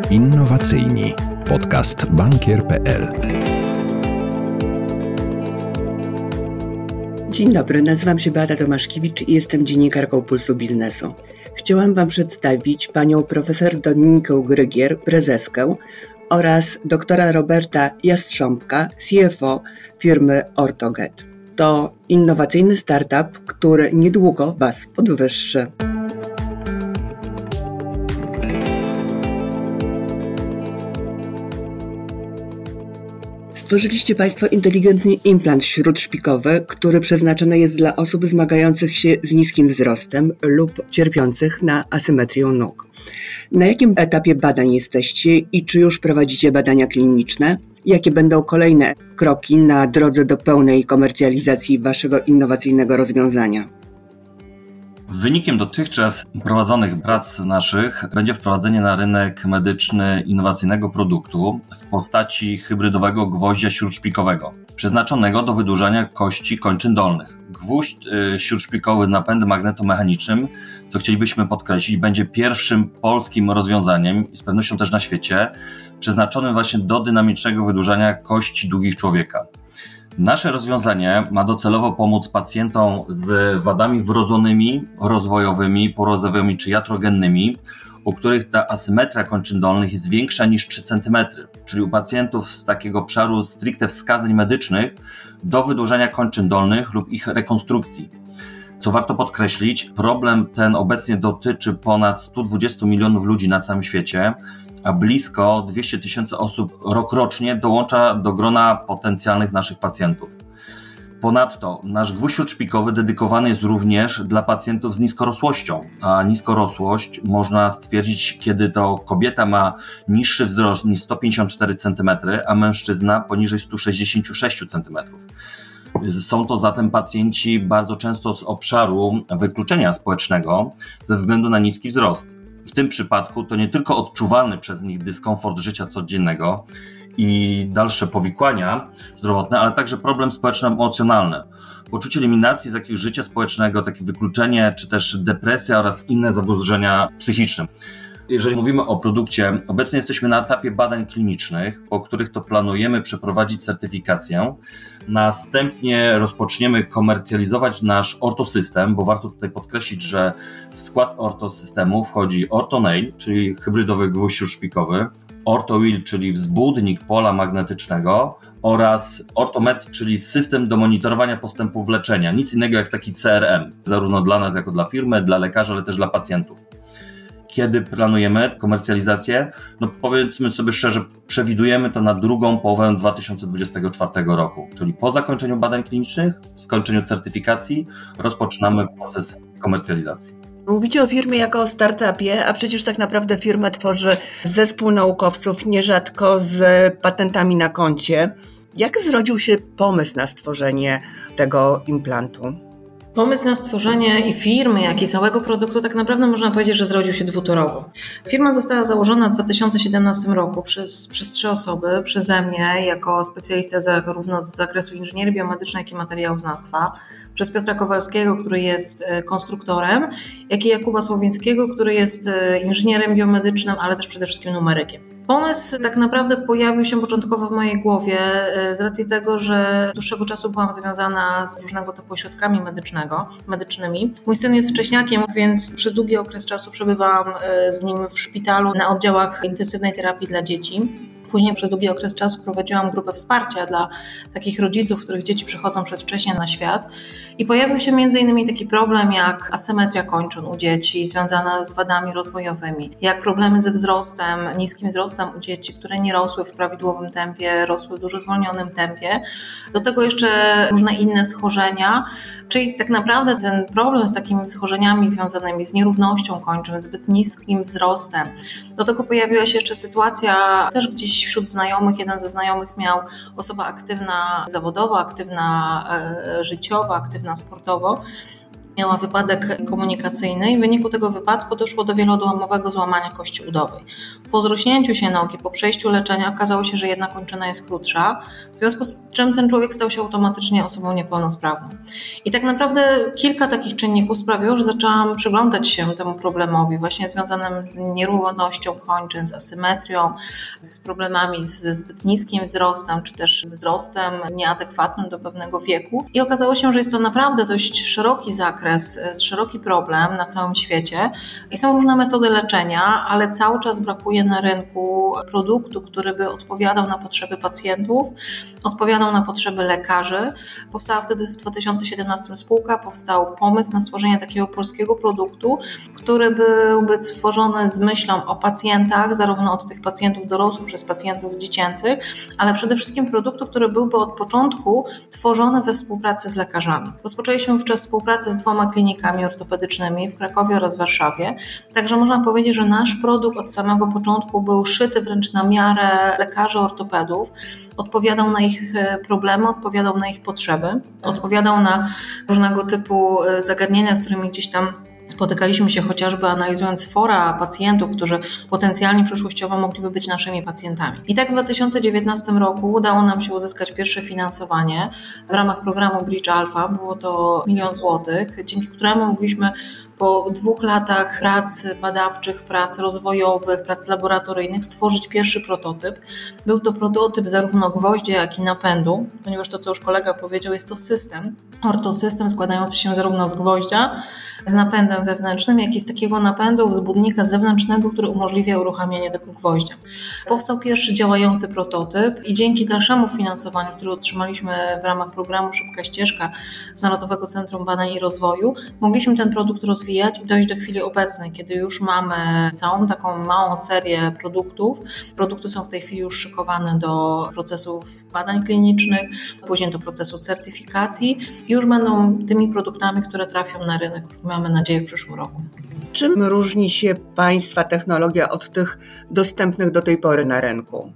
Innowacyjni. Podcast bankier.pl. Dzień dobry, nazywam się Beata Tomaszkiewicz i jestem dziennikarką Pulsu Biznesu. Chciałam Wam przedstawić panią profesor Dominikę Grygier, prezeskę, oraz doktora Roberta Jastrząbka, CFO firmy Ortoget. To innowacyjny startup, który niedługo Was podwyższy. Stworzyliście Państwo inteligentny implant śródszpikowy, który przeznaczony jest dla osób zmagających się z niskim wzrostem lub cierpiących na asymetrię nóg. Na jakim etapie badań jesteście i czy już prowadzicie badania kliniczne? Jakie będą kolejne kroki na drodze do pełnej komercjalizacji Waszego innowacyjnego rozwiązania? Wynikiem dotychczas prowadzonych prac naszych będzie wprowadzenie na rynek medyczny innowacyjnego produktu w postaci hybrydowego gwoździa śródszpikowego, przeznaczonego do wydłużania kości kończyn dolnych. Gwóźdź śródszpikowy z napędem magnetomechanicznym, co chcielibyśmy podkreślić, będzie pierwszym polskim rozwiązaniem i z pewnością też na świecie, przeznaczonym właśnie do dynamicznego wydłużania kości długich człowieka. Nasze rozwiązanie ma docelowo pomóc pacjentom z wadami wrodzonymi, rozwojowymi, porozowymi czy iatrogennymi, u których ta asymetria kończyn dolnych jest większa niż 3 cm, czyli u pacjentów z takiego obszaru stricte wskazań medycznych do wydłużenia kończyn dolnych lub ich rekonstrukcji. Co warto podkreślić, problem ten obecnie dotyczy ponad 120 milionów ludzi na całym świecie, a blisko 200 tysięcy osób rokrocznie dołącza do grona potencjalnych naszych pacjentów. Ponadto nasz gwóźdź śródszpikowy dedykowany jest również dla pacjentów z niskorosłością, a niskorosłość można stwierdzić, kiedy to kobieta ma niższy wzrost niż 154 cm, a mężczyzna poniżej 166 cm. Są to zatem pacjenci bardzo często z obszaru wykluczenia społecznego ze względu na niski wzrost. W tym przypadku to nie tylko odczuwalny przez nich dyskomfort życia codziennego i dalsze powikłania zdrowotne, ale także problem społeczno-emocjonalny. Poczucie eliminacji z jakiegoś życia społecznego, takie wykluczenie, czy też depresja oraz inne zaburzenia psychiczne. Jeżeli mówimy o produkcie, obecnie jesteśmy na etapie badań klinicznych, po których to planujemy przeprowadzić certyfikację. Następnie rozpoczniemy komercjalizować nasz ortosystem, bo warto tutaj podkreślić, że w skład ortosystemu wchodzi OrtoNail, czyli hybrydowy gwóźdź śródszpikowy, OrtoWheel, czyli wzbudnik pola magnetycznego oraz OrtoMed, czyli system do monitorowania postępów leczenia. Nic innego jak taki CRM, zarówno dla nas jako dla firmy, dla lekarzy, ale też dla pacjentów. Kiedy planujemy komercjalizację? No powiedzmy sobie szczerze, przewidujemy to na drugą połowę 2024 roku, czyli po zakończeniu badań klinicznych, skończeniu certyfikacji, rozpoczynamy proces komercjalizacji. Mówicie o firmie jako o startupie, a przecież tak naprawdę firmę tworzy zespół naukowców, nierzadko z patentami na koncie. Jak zrodził się pomysł na stworzenie tego implantu? Pomysł na stworzenie i firmy, jak i całego produktu tak naprawdę można powiedzieć, że zrodził się dwutorowo. Firma została założona w 2017 roku przez 3 osoby, przeze mnie jako specjalistę zarówno z zakresu inżynierii biomedycznej, jak i materiałoznawstwa, przez Piotra Kowalskiego, który jest konstruktorem, jak i Jakuba Słowińskiego, który jest inżynierem biomedycznym, ale też przede wszystkim numerykiem. Pomysł tak naprawdę pojawił się początkowo w mojej głowie z racji tego, że dłuższego czasu byłam związana z różnego typu ośrodkami medycznymi. Mój syn jest wcześniakiem, więc przez długi okres czasu przebywałam z nim w szpitalu na oddziałach intensywnej terapii dla dzieci. Później przez długi okres czasu prowadziłam grupę wsparcia dla takich rodziców, których dzieci przychodzą przedwcześnie na świat i pojawił się m.in. taki problem jak asymetria kończyn u dzieci związana z wadami rozwojowymi, jak problemy ze wzrostem, niskim wzrostem u dzieci, które nie rosły w prawidłowym tempie, rosły w dużo zwolnionym tempie. Do tego jeszcze różne inne schorzenia, czyli tak naprawdę ten problem z takimi schorzeniami związanymi z nierównością kończyn, zbyt niskim wzrostem. Do tego pojawiła się jeszcze sytuacja też gdzieś wśród znajomych, jeden ze znajomych miał osobę aktywna zawodowo, aktywna życiowo, aktywna sportowo miała wypadek komunikacyjny i w wyniku tego wypadku doszło do wieloodłamowego złamania kości udowej. Po zrośnięciu się nogi, po przejściu leczenia okazało się, że jedna kończyna jest krótsza, w związku z czym ten człowiek stał się automatycznie osobą niepełnosprawną. I tak naprawdę kilka takich czynników sprawiło, że zaczęłam przyglądać się temu problemowi właśnie związanym z nierównością kończyn, z asymetrią, z problemami ze zbyt niskim wzrostem, czy też wzrostem nieadekwatnym do pewnego wieku. I okazało się, że jest to naprawdę dość szeroki zakres, szeroki problem na całym świecie i są różne metody leczenia, ale cały czas brakuje na rynku produktu, który by odpowiadał na potrzeby pacjentów, odpowiadał na potrzeby lekarzy. Powstała wtedy w 2017 spółka, powstał pomysł na stworzenie takiego polskiego produktu, który byłby tworzony z myślą o pacjentach, zarówno od tych pacjentów dorosłych przez pacjentów dziecięcych, ale przede wszystkim produktu, który byłby od początku tworzony we współpracy z lekarzami. Rozpoczęliśmy wówczas współpracę z 2 klinikami ortopedycznymi w Krakowie oraz Warszawie, także można powiedzieć, że nasz produkt od samego początku był szyty wręcz na miarę lekarzy ortopedów, odpowiadał na ich problemy, odpowiadał na ich potrzeby, odpowiadał na różnego typu zagadnienia, z którymi gdzieś tam spotykaliśmy się chociażby analizując fora pacjentów, którzy potencjalnie przyszłościowo mogliby być naszymi pacjentami. I tak w 2019 roku udało nam się uzyskać pierwsze finansowanie w ramach programu Bridge Alpha. Było to 1 000 000 złotych, dzięki któremu mogliśmy po 2 latach prac badawczych, prac rozwojowych, prac laboratoryjnych stworzyć pierwszy prototyp. Był to prototyp zarówno gwoździa, jak i napędu, ponieważ to, co już kolega powiedział, jest to system, ortosystem składający się zarówno z gwoździa, z napędem wewnętrznym, jak i z takiego napędu wzbudnika zewnętrznego, który umożliwia uruchamianie tego gwoździa. Powstał pierwszy działający prototyp i dzięki dalszemu finansowaniu, które otrzymaliśmy w ramach programu Szybka Ścieżka z Narodowego Centrum Badań i Rozwoju, mogliśmy ten produkt rozwijać i dojść do chwili obecnej, kiedy już mamy całą taką małą serię produktów. Produkty są w tej chwili już szykowane do procesów badań klinicznych, później do procesu certyfikacji i już będą tymi produktami, które trafią na rynek, mamy nadzieję, w przyszłym roku. Czym różni się Państwa technologia od tych dostępnych do tej pory na rynku?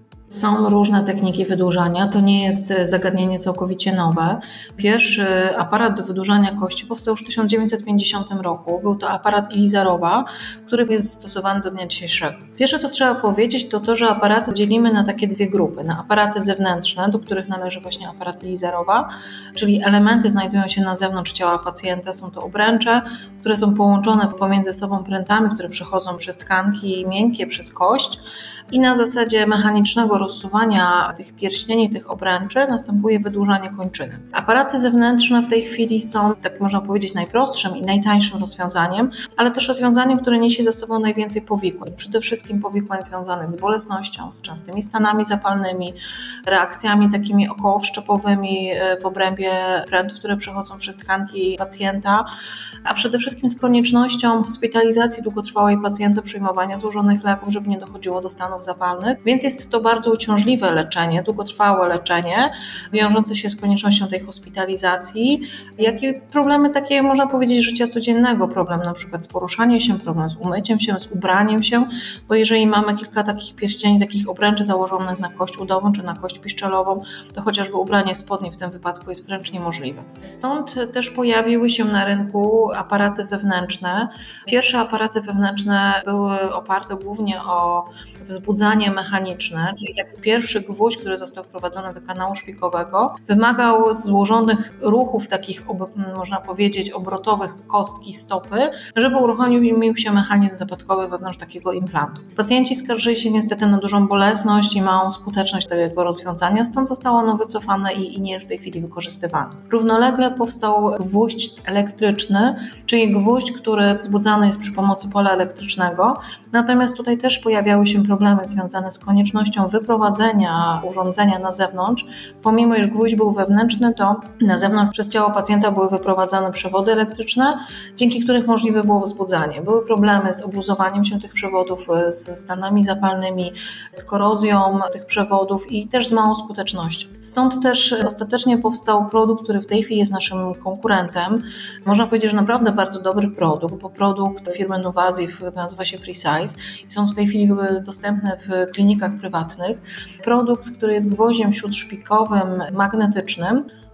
Są różne techniki wydłużania, to nie jest zagadnienie całkowicie nowe. Pierwszy aparat do wydłużania kości powstał już w 1950 roku. Był to aparat Ilizarowa, który jest stosowany do dnia dzisiejszego. Pierwsze, co trzeba powiedzieć, to to, że aparaty dzielimy na takie 2 grupy. Na aparaty zewnętrzne, do których należy właśnie aparat Ilizarowa, czyli elementy znajdują się na zewnątrz ciała pacjenta. Są to obręcze, które są połączone pomiędzy sobą prętami, które przechodzą przez tkanki miękkie, przez kość i na zasadzie mechanicznego rozsuwania tych pierścieni, tych obręczy następuje wydłużanie kończyny. Aparaty zewnętrzne w tej chwili są, tak można powiedzieć, najprostszym i najtańszym rozwiązaniem, ale też rozwiązaniem, które niesie ze sobą najwięcej powikłań. Przede wszystkim powikłań związanych z bolesnością, z częstymi stanami zapalnymi, reakcjami takimi okołowszczepowymi w obrębie prętów, które przechodzą przez tkanki pacjenta, a przede wszystkim z koniecznością hospitalizacji długotrwałej pacjenta, przyjmowania złożonych leków, żeby nie dochodziło do stanów zapalnych, więc jest to bardzo uciążliwe leczenie, długotrwałe leczenie, wiążące się z koniecznością tej hospitalizacji, jak i problemy takie, można powiedzieć, życia codziennego, problem na przykład z poruszaniem się, problem z umyciem się, z ubraniem się, bo jeżeli mamy kilka takich pierścieni, takich obręczy założonych na kość udową czy na kość piszczelową, to chociażby ubranie spodni w tym wypadku jest wręcz niemożliwe. Stąd też pojawiły się na rynku aparaty wewnętrzne. Pierwsze aparaty wewnętrzne były oparte głównie o wzbudzanie mechaniczne, czyli taki pierwszy gwóźdź, który został wprowadzony do kanału szpikowego, wymagał złożonych ruchów takich, można powiedzieć, obrotowych kostki stopy, żeby uruchomił się mechanizm zapadkowy wewnątrz takiego implantu. Pacjenci skarżyli się niestety na dużą bolesność i małą skuteczność tego rozwiązania, stąd zostało ono wycofane i nie jest w tej chwili wykorzystywane. Równolegle powstał gwóźdź elektryczny, czyli gwóźdź, który wzbudzany jest przy pomocy pola elektrycznego, natomiast tutaj też pojawiały się problemy związane z koniecznością wyprowadzenia urządzenia na zewnątrz. Pomimo iż gwóźdź był wewnętrzny, to na zewnątrz przez ciało pacjenta były wyprowadzane przewody elektryczne, dzięki których możliwe było wzbudzanie. Były problemy z obluzowaniem się tych przewodów, z stanami zapalnymi, z korozją tych przewodów i też z małą skutecznością. Stąd też ostatecznie powstał produkt, który w tej chwili jest naszym konkurentem. Można powiedzieć, że naprawdę bardzo dobry produkt, bo produkt firmy Nuvasiv nazywa się Precise i są w tej chwili dostępne w klinikach prywatnych. Produkt, który jest gwoździem śródszpikowym magnetycznym,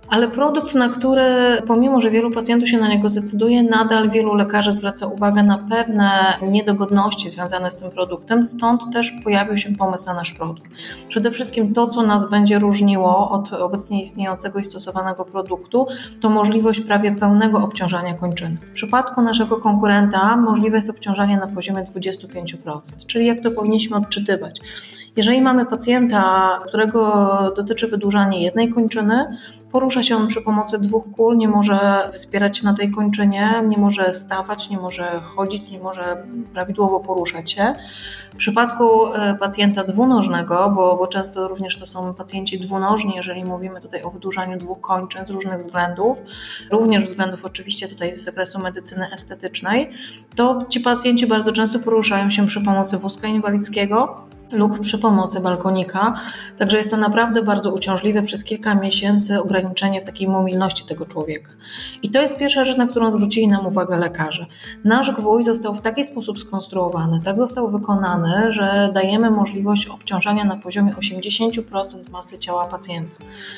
Ale produkt, na który pomimo, że wielu pacjentów się na niego zdecyduje, nadal wielu lekarzy zwraca uwagę na pewne niedogodności związane z tym produktem, stąd też pojawił się pomysł na nasz produkt. Przede wszystkim to, co nas będzie różniło od obecnie istniejącego i stosowanego produktu, to możliwość prawie pełnego obciążania kończyny. W przypadku naszego konkurenta możliwe jest obciążanie na poziomie 25%, czyli jak to powinniśmy odczytywać. Jeżeli mamy pacjenta, którego dotyczy wydłużanie jednej kończyny, porusza się on przy pomocy 2 kul, nie może wspierać się na tej kończynie, nie może stawać, nie może chodzić, nie może prawidłowo poruszać się. W przypadku pacjenta dwunożnego, bo często również to są pacjenci dwunożni, jeżeli mówimy tutaj o wydłużaniu 2 kończyn z różnych względów, również względów oczywiście tutaj z zakresu medycyny estetycznej, to ci pacjenci bardzo często poruszają się przy pomocy wózka inwalidzkiego lub przy pomocy balkonika, także jest to naprawdę bardzo uciążliwe przez kilka miesięcy ograniczenie w takiej mobilności tego człowieka. I to jest pierwsza rzecz, na którą zwrócili nam uwagę lekarze. Nasz gwóźdź został w taki sposób skonstruowany, tak został wykonany, że dajemy możliwość obciążania na poziomie 80% masy ciała pacjenta.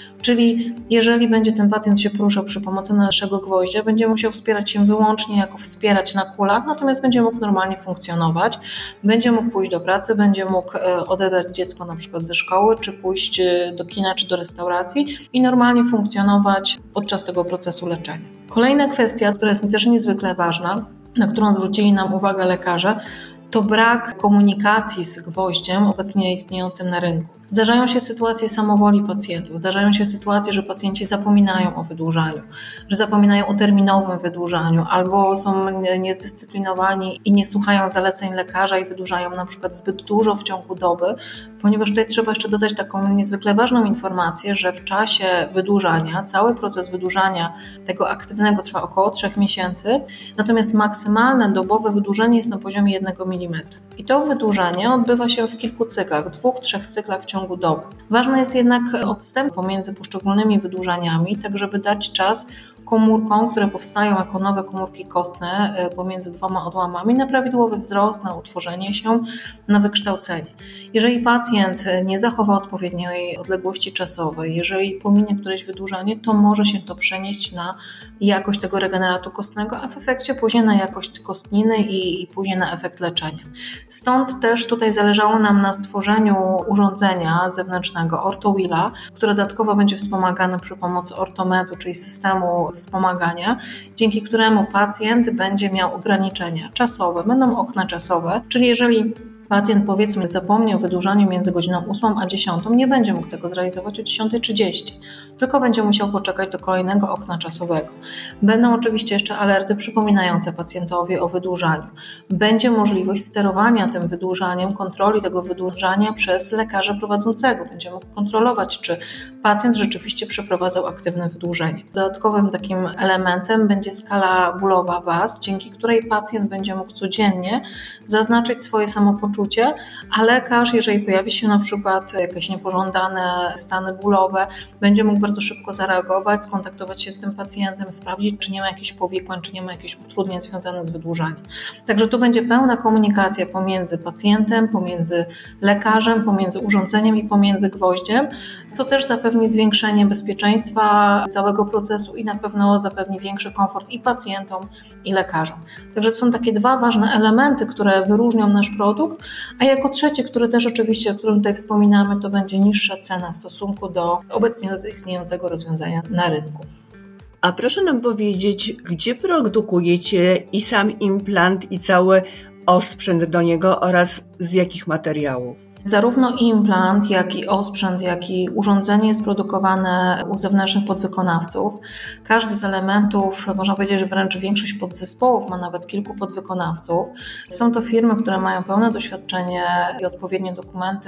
Czyli jeżeli będzie ten pacjent się poruszał przy pomocy naszego gwoździa, będzie musiał wspierać się wyłącznie jako wspierać na kulach, natomiast będzie mógł normalnie funkcjonować, będzie mógł pójść do pracy, będzie mógł odebrać dziecko na przykład ze szkoły, czy pójść do kina, czy do restauracji i normalnie funkcjonować podczas tego procesu leczenia. Kolejna kwestia, która jest też niezwykle ważna, na którą zwrócili nam uwagę lekarze, to brak komunikacji z gwoździem obecnie istniejącym na rynku. Zdarzają się sytuacje samowoli pacjentów, zdarzają się sytuacje, że pacjenci zapominają o wydłużaniu, że zapominają o terminowym wydłużaniu albo są niezdyscyplinowani i nie słuchają zaleceń lekarza i wydłużają na przykład zbyt dużo w ciągu doby, ponieważ tutaj trzeba jeszcze dodać taką niezwykle ważną informację, że w czasie wydłużania, cały proces wydłużania tego aktywnego trwa około 3 miesięcy, natomiast maksymalne dobowe wydłużenie jest na poziomie 1 mm. I to wydłużanie odbywa się w kilku cyklach, 2-3 cyklach w ciągu doby. Ważny jest jednak odstęp pomiędzy poszczególnymi wydłużaniami, tak żeby dać czas komórkom, które powstają jako nowe komórki kostne pomiędzy 2 odłamami, na prawidłowy wzrost, na utworzenie się, na wykształcenie. Jeżeli pacjent nie zachowa odpowiedniej odległości czasowej, jeżeli pominie któreś wydłużanie, to może się to przenieść na jakość tego regeneratu kostnego, a w efekcie później na jakość kostniny i później na efekt leczenia. Stąd też tutaj zależało nam na stworzeniu urządzenia zewnętrznego OrthoWheela, które dodatkowo będzie wspomagane przy pomocy ortomedu, czyli systemu wspomagania, dzięki któremu pacjent będzie miał ograniczenia czasowe, będą okna czasowe, czyli jeżeli pacjent powiedzmy zapomni o wydłużaniu między godziną 8 a 10, nie będzie mógł tego zrealizować o 10:30, tylko będzie musiał poczekać do kolejnego okna czasowego. Będą oczywiście jeszcze alerty przypominające pacjentowi o wydłużaniu. Będzie możliwość sterowania tym wydłużaniem, kontroli tego wydłużania przez lekarza prowadzącego. Będzie mógł kontrolować, czy pacjent rzeczywiście przeprowadzał aktywne wydłużenie. Dodatkowym takim elementem będzie skala bólowa WAS, dzięki której pacjent będzie mógł codziennie zaznaczyć swoje samopoczucie, a lekarz, jeżeli pojawi się na przykład jakieś niepożądane stany bólowe, będzie mógł bardzo szybko zareagować, skontaktować się z tym pacjentem, sprawdzić, czy nie ma jakichś powikłań, czy nie ma jakichś utrudnień związanych z wydłużaniem. Także tu będzie pełna komunikacja pomiędzy pacjentem, pomiędzy lekarzem, pomiędzy urządzeniem i pomiędzy gwoździem, co też zapewni zwiększenie bezpieczeństwa całego procesu i na pewno zapewni większy komfort i pacjentom, i lekarzom. Także to są takie 2 ważne elementy, które wyróżnią nasz produkt, a jako trzecie, które też oczywiście, o którym tutaj wspominamy, to będzie niższa cena w stosunku do obecnie istniejącego rozwiązania na rynku. A proszę nam powiedzieć, gdzie produkujecie i sam implant, i cały osprzęt do niego oraz z jakich materiałów? Zarówno implant, jak i osprzęt, jak i urządzenie jest produkowane u zewnętrznych podwykonawców. Każdy z elementów, można powiedzieć, że wręcz większość podzespołów ma nawet kilku podwykonawców. Są to firmy, które mają pełne doświadczenie i odpowiednie dokumenty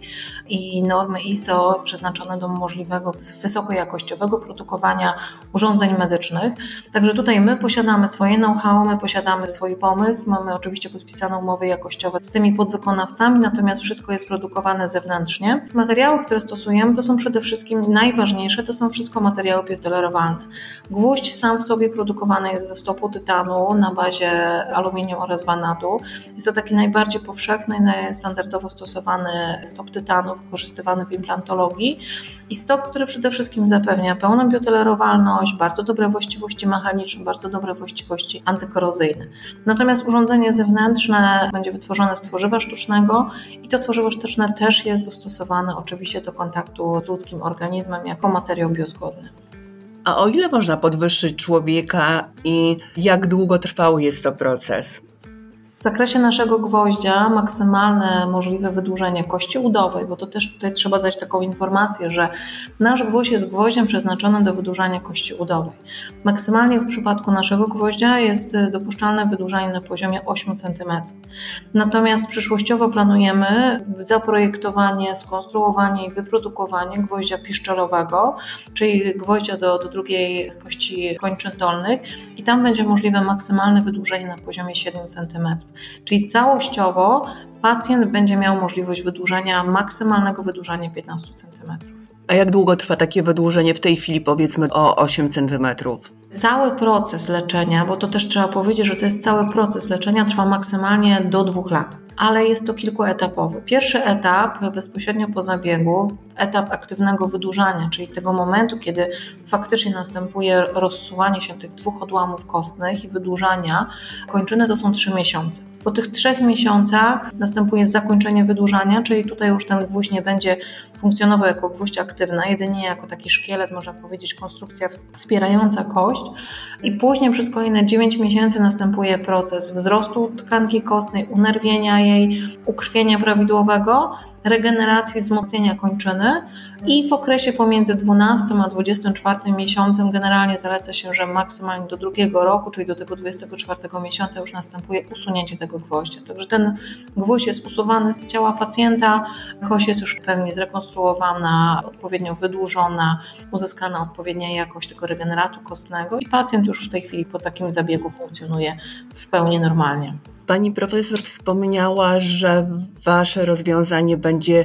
i normy ISO przeznaczone do możliwego wysokojakościowego produkowania urządzeń medycznych. Także tutaj my posiadamy swoje know-how, my posiadamy swój pomysł, mamy oczywiście podpisane umowy jakościowe z tymi podwykonawcami, natomiast wszystko jest jest produkowane zewnętrznie. Materiały, które stosujemy, to są przede wszystkim najważniejsze, to są wszystko materiały biotolerowalne. Gwóźdź sam w sobie produkowany jest ze stopu tytanu na bazie aluminium oraz wanadu. Jest to taki najbardziej powszechny, standardowo stosowany stop tytanu wykorzystywany w implantologii i stop, który przede wszystkim zapewnia pełną biotolerowalność, bardzo dobre właściwości mechaniczne, bardzo dobre właściwości antykorozyjne. Natomiast urządzenie zewnętrzne będzie wytworzone z tworzywa sztucznego i to tworzywo sztuczne też jest dostosowane oczywiście do kontaktu z ludzkim organizmem jako materiał biozgodny. A o ile można podwyższyć człowieka i jak długotrwały jest to proces? W zakresie naszego gwoździa maksymalne możliwe wydłużenie kości udowej, bo to też tutaj trzeba dać taką informację, że nasz gwóźdź jest gwoździem przeznaczonym do wydłużania kości udowej. Maksymalnie w przypadku naszego gwoździa jest dopuszczalne wydłużanie na poziomie 8 cm. Natomiast przyszłościowo planujemy zaprojektowanie, skonstruowanie i wyprodukowanie gwoździa piszczelowego, czyli gwoździa do drugiej z kości kończyn dolnych i tam będzie możliwe maksymalne wydłużenie na poziomie 7 cm. Czyli całościowo pacjent będzie miał możliwość maksymalnego wydłużania 15 cm. A jak długo trwa takie wydłużenie w tej chwili, powiedzmy o 8 cm? Cały proces leczenia, bo to też trzeba powiedzieć, że to jest cały proces leczenia, trwa maksymalnie do 2 lat. Ale jest to kilkuetapowy. Pierwszy etap bezpośrednio po zabiegu, etap aktywnego wydłużania, czyli tego momentu, kiedy faktycznie następuje rozsuwanie się tych 2 odłamów kostnych i wydłużania kończyny, to są 3 miesiące. Po tych 3 miesiącach następuje zakończenie wydłużania, czyli tutaj już ten gwóźdź nie będzie funkcjonował jako gwóźdź aktywna, jedynie jako taki szkielet, można powiedzieć, konstrukcja wspierająca kość. I później przez kolejne 9 miesięcy następuje proces wzrostu tkanki kostnej, unerwienia jej, ukrwienia prawidłowego, regeneracji, wzmocnienia kończyny i w okresie pomiędzy 12 a 24 miesiącem generalnie zaleca się, że maksymalnie do 2 roku, czyli do tego 24 miesiąca już następuje usunięcie tego gwoździa. Także ten gwóźdź jest usuwany z ciała pacjenta, kość jest już w pełni zrekonstruowana, odpowiednio wydłużona, uzyskana odpowiednia jakość tego regeneratu kostnego i pacjent już w tej chwili po takim zabiegu funkcjonuje w pełni normalnie. Pani profesor wspomniała, że wasze rozwiązanie będzie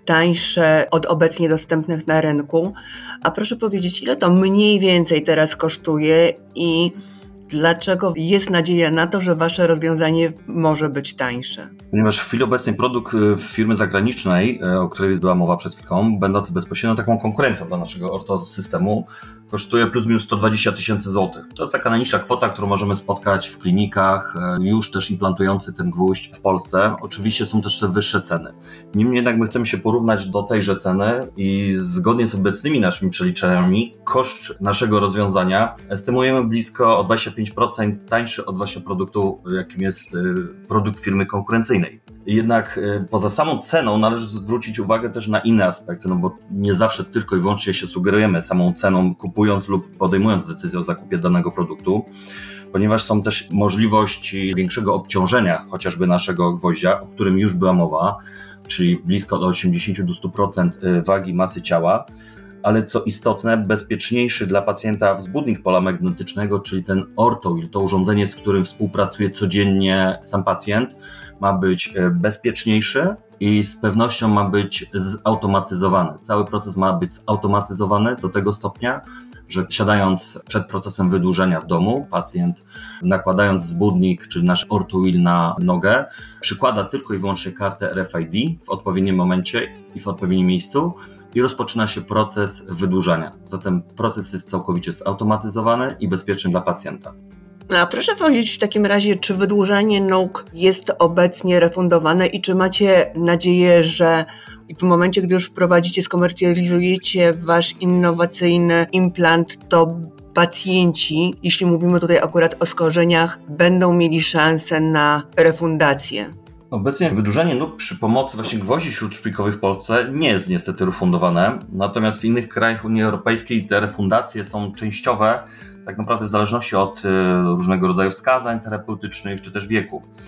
tańsze od obecnie dostępnych na rynku. A proszę powiedzieć, ile to mniej więcej teraz kosztuje i dlaczego jest nadzieja na to, że wasze rozwiązanie może być tańsze? Ponieważ w chwili obecnej produkt firmy zagranicznej, o której była mowa przed chwilą, będący bezpośrednio taką konkurencją dla naszego ortosystemu, kosztuje plus minus 120 000 złotych. To jest taka najniższa kwota, którą możemy spotkać w klinikach, już też implantujący ten gwóźdź w Polsce. Oczywiście są też te wyższe ceny. Niemniej jednak my chcemy się porównać do tejże ceny i zgodnie z obecnymi naszymi przeliczeniami koszt naszego rozwiązania estymujemy blisko o 25% tańszy od właśnie produktu, jakim jest produkt firmy konkurencyjnej. Jednak poza samą ceną należy zwrócić uwagę też na inne aspekty, no bo nie zawsze tylko i wyłącznie się sugerujemy samą ceną, kupując lub podejmując decyzję o zakupie danego produktu, ponieważ są też możliwości większego obciążenia chociażby naszego gwoździa, o którym już była mowa, czyli blisko do 80-100% wagi masy ciała, ale co istotne, bezpieczniejszy dla pacjenta wzbudnik pola magnetycznego, czyli ten OrtoWheel, to urządzenie, z którym współpracuje codziennie sam pacjent, ma być bezpieczniejszy i z pewnością ma być zautomatyzowany. Cały proces ma być zautomatyzowany do tego stopnia, że siadając przed procesem wydłużenia w domu, pacjent nakładając wzbudnik, czyli nasz OrtoWheel na nogę, przykłada tylko i wyłącznie kartę RFID w odpowiednim momencie i w odpowiednim miejscu i rozpoczyna się proces wydłużania. Zatem proces jest całkowicie zautomatyzowany i bezpieczny dla pacjenta. A proszę powiedzieć w takim razie, czy wydłużanie nóg jest obecnie refundowane i czy macie nadzieję, że w momencie, gdy już wprowadzicie, skomercjalizujecie wasz innowacyjny implant, to pacjenci, jeśli mówimy tutaj akurat o skorzeniach, będą mieli szansę na refundację? Obecnie wydłużanie nóg przy pomocy właśnie gwoździ śródszpikowych w Polsce nie jest niestety refundowane, natomiast w innych krajach Unii Europejskiej te refundacje są częściowe, tak naprawdę w zależności od różnego rodzaju wskazań terapeutycznych czy też wieku.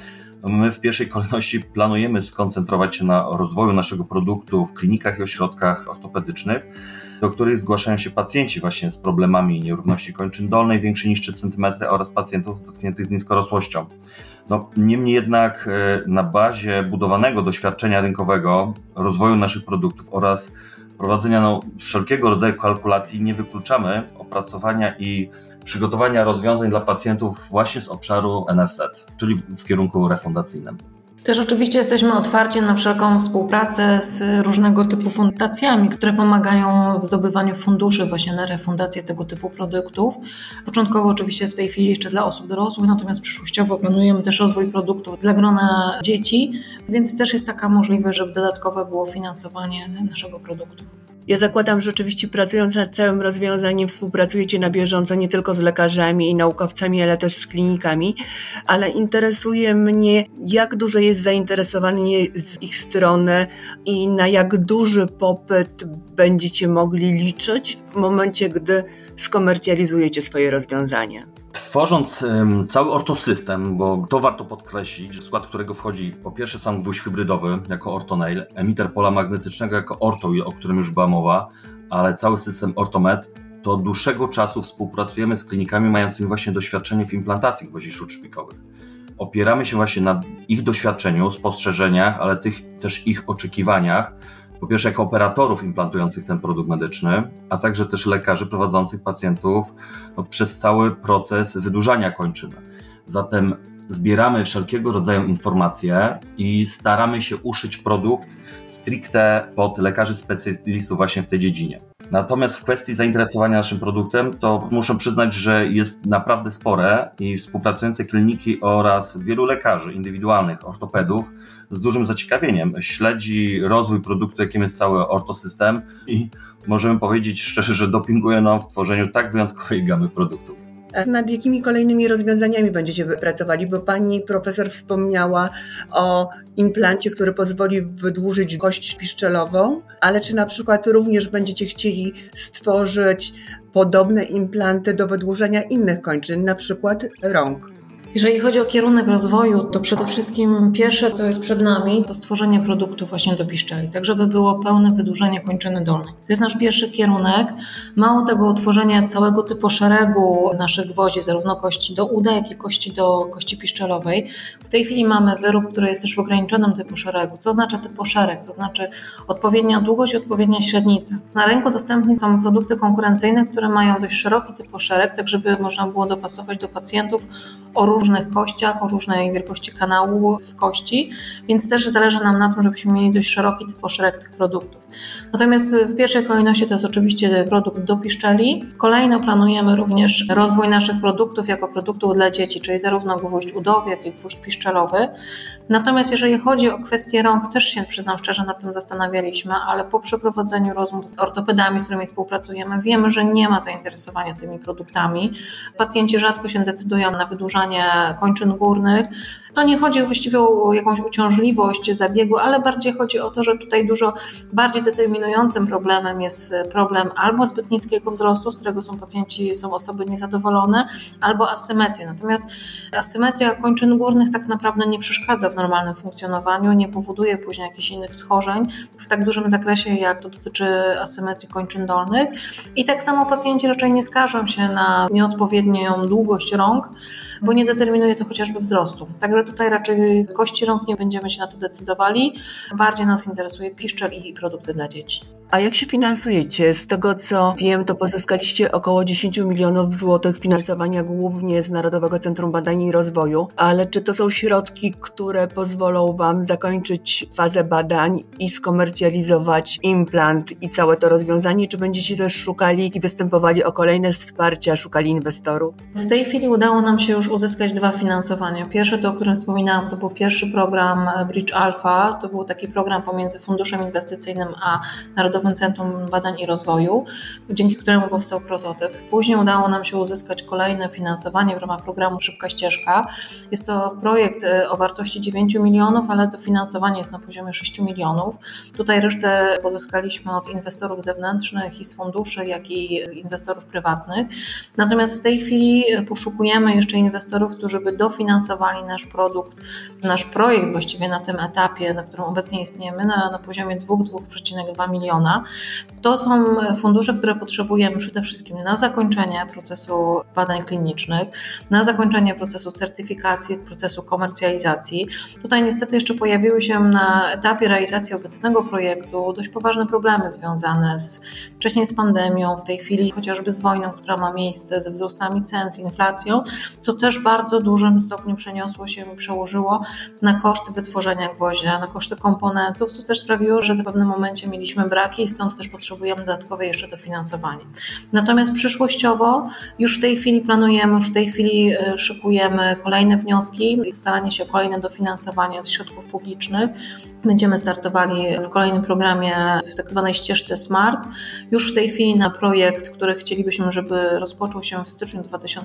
My w pierwszej kolejności planujemy skoncentrować się na rozwoju naszego produktu w klinikach i ośrodkach ortopedycznych, do których zgłaszają się pacjenci właśnie z problemami nierówności kończyn dolnej większej niż 3 cm oraz pacjentów dotkniętych z niskorosłością. Niemniej jednak na bazie budowanego doświadczenia rynkowego, rozwoju naszych produktów oraz prowadzenia wszelkiego rodzaju kalkulacji nie wykluczamy opracowania i przygotowania rozwiązań dla pacjentów właśnie z obszaru NFZ, czyli w kierunku refundacyjnym. Też oczywiście jesteśmy otwarci na wszelką współpracę z różnego typu fundacjami, które pomagają w zdobywaniu funduszy właśnie na refundację tego typu produktów. Początkowo oczywiście w tej chwili jeszcze dla osób dorosłych, natomiast przyszłościowo planujemy też rozwój produktów dla grona dzieci, więc też jest taka możliwość, żeby dodatkowe było finansowanie naszego produktu. Ja zakładam, że oczywiście pracując nad całym rozwiązaniem współpracujecie na bieżąco nie tylko z lekarzami i naukowcami, ale też z klinikami, ale interesuje mnie, jak duże jest zainteresowanie z ich strony i na jak duży popyt będziecie mogli liczyć w momencie, gdy skomercjalizujecie swoje rozwiązanie. Tworząc cały ortosystem, bo to warto podkreślić, w skład którego wchodzi po pierwsze sam gwóźdź hybrydowy jako Ortonail, emiter pola magnetycznego jako Ortoil, o którym już była mowa, ale cały system Ortomed, to od dłuższego czasu współpracujemy z klinikami mającymi właśnie doświadczenie w implantacji gwoździ śród szpikowych. Opieramy się właśnie na ich doświadczeniu, spostrzeżeniach, ale też ich oczekiwaniach, po pierwsze jako operatorów implantujących ten produkt medyczny, a także też lekarzy prowadzących pacjentów przez cały proces wydłużania kończyny. Zatem zbieramy wszelkiego rodzaju informacje i staramy się uszyć produkt stricte pod lekarzy specjalistów właśnie w tej dziedzinie. Natomiast w kwestii zainteresowania naszym produktem, to muszę przyznać, że jest naprawdę spore i współpracujące kliniki oraz wielu lekarzy indywidualnych, ortopedów z dużym zaciekawieniem śledzi rozwój produktu, jakim jest cały ortosystem i możemy powiedzieć szczerze, że dopinguje nam w tworzeniu tak wyjątkowej gamy produktów. Nad jakimi kolejnymi rozwiązaniami będziecie pracowali? Bo pani profesor wspomniała o implancie, który pozwoli wydłużyć kość piszczelową, ale czy na przykład również będziecie chcieli stworzyć podobne implanty do wydłużenia innych kończyn, na przykład rąk? Jeżeli chodzi o kierunek rozwoju, to przede wszystkim pierwsze, co jest przed nami, to stworzenie produktu właśnie do piszczeli, tak żeby było pełne wydłużenie kończyny dolnej. To jest nasz pierwszy kierunek. Mało tego, utworzenie całego typu szeregu naszych gwoździ, zarówno kości do uda, jak i kości do kości piszczelowej. W tej chwili mamy wyrób, który jest też w ograniczonym typu szeregu. Co znaczy typu szereg? To znaczy odpowiednia długość i odpowiednia średnica. Na rynku dostępne są produkty konkurencyjne, które mają dość szeroki typu szereg, tak żeby można było dopasować do pacjentów o różnych kościach, o różnej wielkości kanału w kości, więc też zależy nam na tym, żebyśmy mieli dość szeroki typoszereg tych produktów. Natomiast w pierwszej kolejności to jest oczywiście produkt do piszczeli. Kolejno planujemy również rozwój naszych produktów jako produktów dla dzieci, czyli zarówno gwóźdź udowy, jak i gwóźdź piszczelowy. Natomiast jeżeli chodzi o kwestię rąk, też się przyznam szczerze nad tym zastanawialiśmy, ale po przeprowadzeniu rozmów z ortopedami, z którymi współpracujemy, wiemy, że nie ma zainteresowania tymi produktami. Pacjenci rzadko się decydują na wydłużanie kończyn górnych. To nie chodzi właściwie o jakąś uciążliwość zabiegu, ale bardziej chodzi o to, że tutaj dużo bardziej determinującym problemem jest problem albo zbyt niskiego wzrostu, z którego są osoby niezadowolone, albo asymetria. Natomiast asymetria kończyn górnych tak naprawdę nie przeszkadza w normalnym funkcjonowaniu, nie powoduje później jakichś innych schorzeń w tak dużym zakresie, jak to dotyczy asymetrii kończyn dolnych. I tak samo pacjenci raczej nie skarżą się na nieodpowiednią długość rąk, bo nie determinuje to chociażby wzrostu. Także tutaj raczej kości rąk nie będziemy się na to decydowali. Bardziej nas interesuje piszczel i produkty dla dzieci. A jak się finansujecie? Z tego co wiem, to pozyskaliście około 10 milionów złotych finansowania głównie z Narodowego Centrum Badań i Rozwoju, ale czy to są środki, które pozwolą Wam zakończyć fazę badań i skomercjalizować implant i całe to rozwiązanie, czy będziecie też szukali i występowali o kolejne wsparcia, szukali inwestorów? W tej chwili udało nam się już uzyskać 2 finansowania. Pierwsze, to o którym wspominałam, to był pierwszy program Bridge Alpha. To był taki program pomiędzy Funduszem Inwestycyjnym a Narodowym Narodowym Centrum Badań i Rozwoju, dzięki któremu powstał prototyp. Później udało nam się uzyskać kolejne finansowanie w ramach programu Szybka Ścieżka. Jest to projekt o wartości 9 milionów, ale dofinansowanie jest na poziomie 6 milionów. Tutaj resztę pozyskaliśmy od inwestorów zewnętrznych i z funduszy, jak i inwestorów prywatnych. Natomiast w tej chwili poszukujemy jeszcze inwestorów, którzy by dofinansowali nasz projekt właściwie na tym etapie, na którym obecnie istniejemy, na poziomie 2,2 miliona. To są fundusze, które potrzebujemy przede wszystkim na zakończenie procesu badań klinicznych, na zakończenie procesu certyfikacji, procesu komercjalizacji. Tutaj niestety jeszcze pojawiły się na etapie realizacji obecnego projektu dość poważne problemy związane wcześniej z pandemią, w tej chwili chociażby z wojną, która ma miejsce, ze wzrostami cen, z inflacją, co też w bardzo dużym stopniu przeniosło się i przełożyło na koszty wytworzenia gwoździa, na koszty komponentów, co też sprawiło, że w pewnym momencie mieliśmy braki i stąd też potrzebujemy dodatkowe jeszcze dofinansowanie. Natomiast przyszłościowo już w tej chwili planujemy, już w tej chwili szykujemy kolejne wnioski, staranie się o kolejne dofinansowanie z środków publicznych. Będziemy startowali w kolejnym programie w tak zwanej ścieżce SMART. Już w tej chwili na projekt, który chcielibyśmy, żeby rozpoczął się w styczniu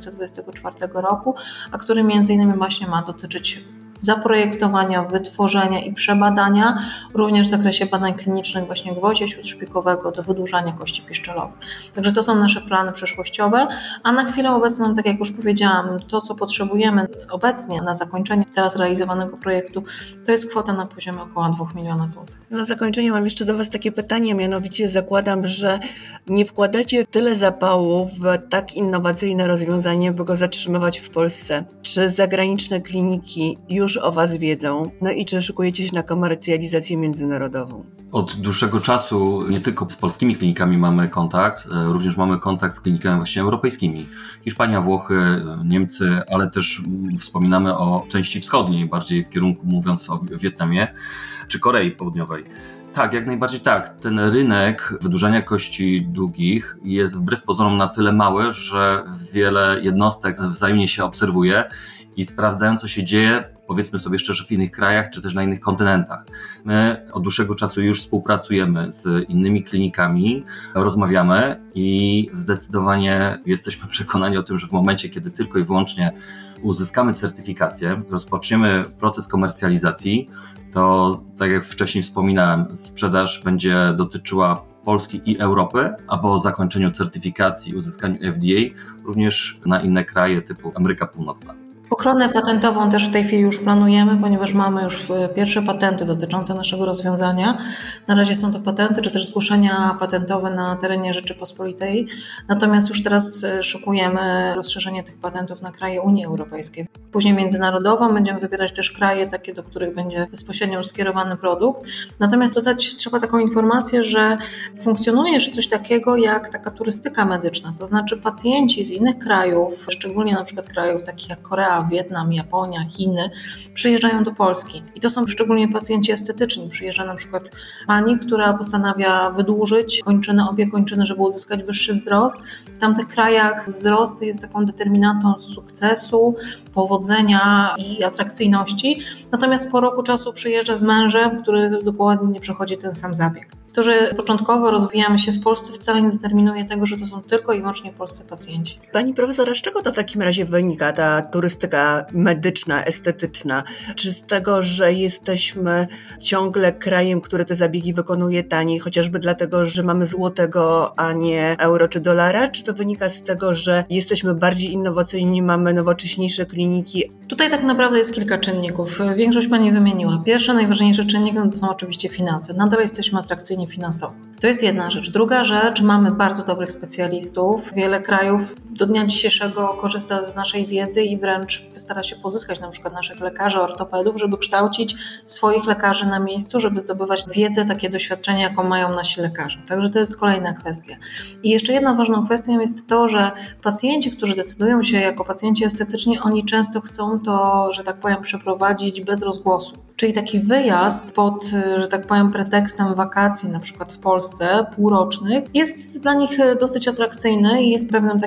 2024 roku, a który między innymi właśnie ma dotyczyć zaprojektowania, wytworzenia i przebadania, również w zakresie badań klinicznych właśnie gwoździa śródszpikowego do wydłużania kości piszczelowych. Także to są nasze plany przyszłościowe, a na chwilę obecną, tak jak już powiedziałam, to co potrzebujemy obecnie na zakończenie teraz realizowanego projektu, to jest kwota na poziomie około 2 miliona złotych. Na zakończenie mam jeszcze do Was takie pytanie, mianowicie zakładam, że nie wkładacie tyle zapału w tak innowacyjne rozwiązanie, by go zatrzymywać w Polsce. Czy zagraniczne kliniki już o Was wiedzą? No i czy szykujecie się na komercjalizację międzynarodową? Od dłuższego czasu nie tylko z polskimi klinikami mamy kontakt, również mamy kontakt z klinikami właśnie europejskimi. Hiszpania, Włochy, Niemcy, ale też wspominamy o części wschodniej, bardziej w kierunku mówiąc o Wietnamie czy Korei Południowej. Tak, jak najbardziej tak. Ten rynek wydłużania kości długich jest wbrew pozorom na tyle mały, że wiele jednostek wzajemnie się obserwuje i sprawdzają, co się dzieje, powiedzmy sobie szczerze, w innych krajach czy też na innych kontynentach. My od dłuższego czasu już współpracujemy z innymi klinikami, rozmawiamy i zdecydowanie jesteśmy przekonani o tym, że w momencie, kiedy tylko i wyłącznie uzyskamy certyfikację, rozpoczniemy proces komercjalizacji, to tak jak wcześniej wspominałem, sprzedaż będzie dotyczyła Polski i Europy, a po zakończeniu certyfikacji i uzyskaniu FDA również na inne kraje typu Ameryka Północna. Ochronę patentową też w tej chwili już planujemy, ponieważ mamy już pierwsze patenty dotyczące naszego rozwiązania. Na razie są to patenty, czy też zgłoszenia patentowe na terenie Rzeczypospolitej. Natomiast już teraz szykujemy rozszerzenie tych patentów na kraje Unii Europejskiej. Później międzynarodowo będziemy wybierać też kraje takie, do których będzie bezpośrednio już skierowany produkt. Natomiast dodać trzeba taką informację, że funkcjonuje jeszcze coś takiego jak taka turystyka medyczna. To znaczy pacjenci z innych krajów, szczególnie na przykład krajów takich jak Korea, Wietnam, Japonia, Chiny, przyjeżdżają do Polski. I to są szczególnie pacjenci estetyczni. Przyjeżdża na przykład pani, która postanawia wydłużyć obie kończyny, żeby uzyskać wyższy wzrost. W tamtych krajach wzrost jest taką determinantą sukcesu, powodzenia i atrakcyjności. Natomiast po roku czasu przyjeżdża z mężem, który dokładnie przechodzi ten sam zabieg. To, że początkowo rozwijamy się w Polsce, wcale nie determinuje tego, że to są tylko i wyłącznie polscy pacjenci. Pani profesor, a z czego to w takim razie wynika, ta turystyka medyczna, estetyczna? Czy z tego, że jesteśmy ciągle krajem, który te zabiegi wykonuje taniej, chociażby dlatego, że mamy złotego, a nie euro czy dolara? Czy to wynika z tego, że jesteśmy bardziej innowacyjni, mamy nowocześniejsze kliniki? Tutaj tak naprawdę jest kilka czynników. Większość Pani wymieniła. Pierwszy, najważniejszy czynnik to są oczywiście finanse. Nadal jesteśmy atrakcyjni finansowo. To jest jedna rzecz. Druga rzecz, mamy bardzo dobrych specjalistów. Wiele krajów do dnia dzisiejszego korzysta z naszej wiedzy i wręcz stara się pozyskać na przykład naszych lekarzy, ortopedów, żeby kształcić swoich lekarzy na miejscu, żeby zdobywać wiedzę, takie doświadczenia, jaką mają nasi lekarze. Także to jest kolejna kwestia. I jeszcze jedna ważną kwestią jest to, że pacjenci, którzy decydują się jako pacjenci estetyczni, oni często chcą to, że tak powiem, przeprowadzić bez rozgłosu. Czyli taki wyjazd pod, że tak powiem, pretekstem wakacji, na przykład w Polsce, półrocznych, jest dla nich dosyć atrakcyjny i jest pewnym takim rozwiązaniem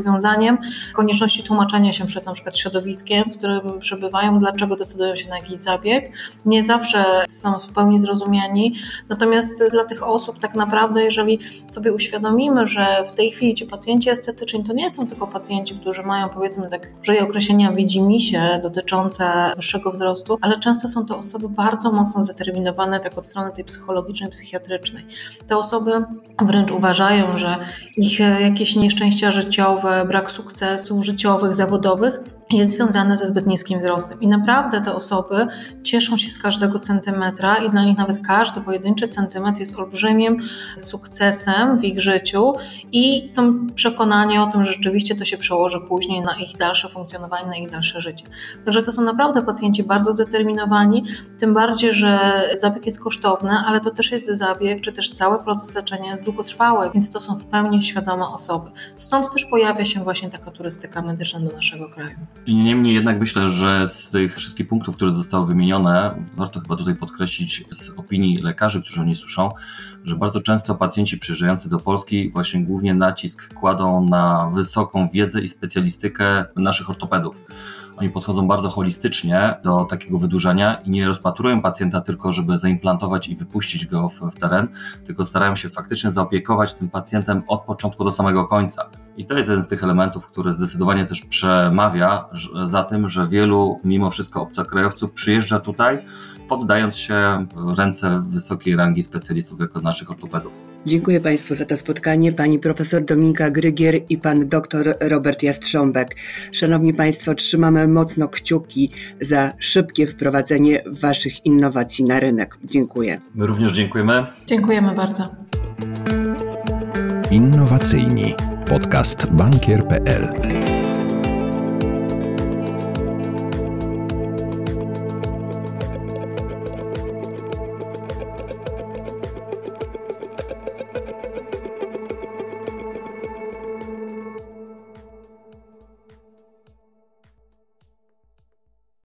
rozwiązaniem konieczności tłumaczenia się przed na przykład środowiskiem, w którym przebywają, dlaczego decydują się na jakiś zabieg. Nie zawsze są w pełni zrozumiani, natomiast dla tych osób tak naprawdę, jeżeli sobie uświadomimy, że w tej chwili ci pacjenci estetyczni to nie są tylko pacjenci, którzy mają, powiedzmy tak, użyję określenia widzimisię dotyczące wyższego wzrostu, ale często są to osoby bardzo mocno zdeterminowane tak od strony tej psychologicznej, psychiatrycznej. Te osoby wręcz uważają, że ich jakieś nieszczęścia życiowe, brak sukcesów życiowych, zawodowych jest związane ze zbyt niskim wzrostem. I naprawdę te osoby cieszą się z każdego centymetra i dla nich nawet każdy pojedynczy centymetr jest olbrzymim sukcesem w ich życiu i są przekonani o tym, że rzeczywiście to się przełoży później na ich dalsze funkcjonowanie, na ich dalsze życie. Także to są naprawdę pacjenci bardzo zdeterminowani, tym bardziej, że zabieg jest kosztowny, ale to też jest zabieg, czy też cały proces leczenia jest długotrwały, więc to są w pełni świadome osoby. Stąd też pojawia się właśnie taka turystyka medyczna do naszego kraju. Niemniej jednak myślę, że z tych wszystkich punktów, które zostały wymienione, warto chyba tutaj podkreślić z opinii lekarzy, którzy o niej słyszą, że bardzo często pacjenci przyjeżdżający do Polski właśnie głównie nacisk kładą na wysoką wiedzę i specjalistykę naszych ortopedów. Oni podchodzą bardzo holistycznie do takiego wydłużenia i nie rozpatrują pacjenta tylko, żeby zaimplantować i wypuścić go w teren, tylko starają się faktycznie zaopiekować tym pacjentem od początku do samego końca. I to jest jeden z tych elementów, który zdecydowanie też przemawia za tym, że wielu mimo wszystko obcokrajowców przyjeżdża tutaj, poddając się w ręce wysokiej rangi specjalistów jako naszych ortopedów. Dziękuję Państwu za to spotkanie. Pani profesor Dominika Grygier i pan doktor Robert Jastrząbek. Szanowni Państwo, trzymamy mocno kciuki za szybkie wprowadzenie Waszych innowacji na rynek. Dziękuję. My również dziękujemy. Dziękujemy bardzo. Innowacyjni. Podcast bankier.pl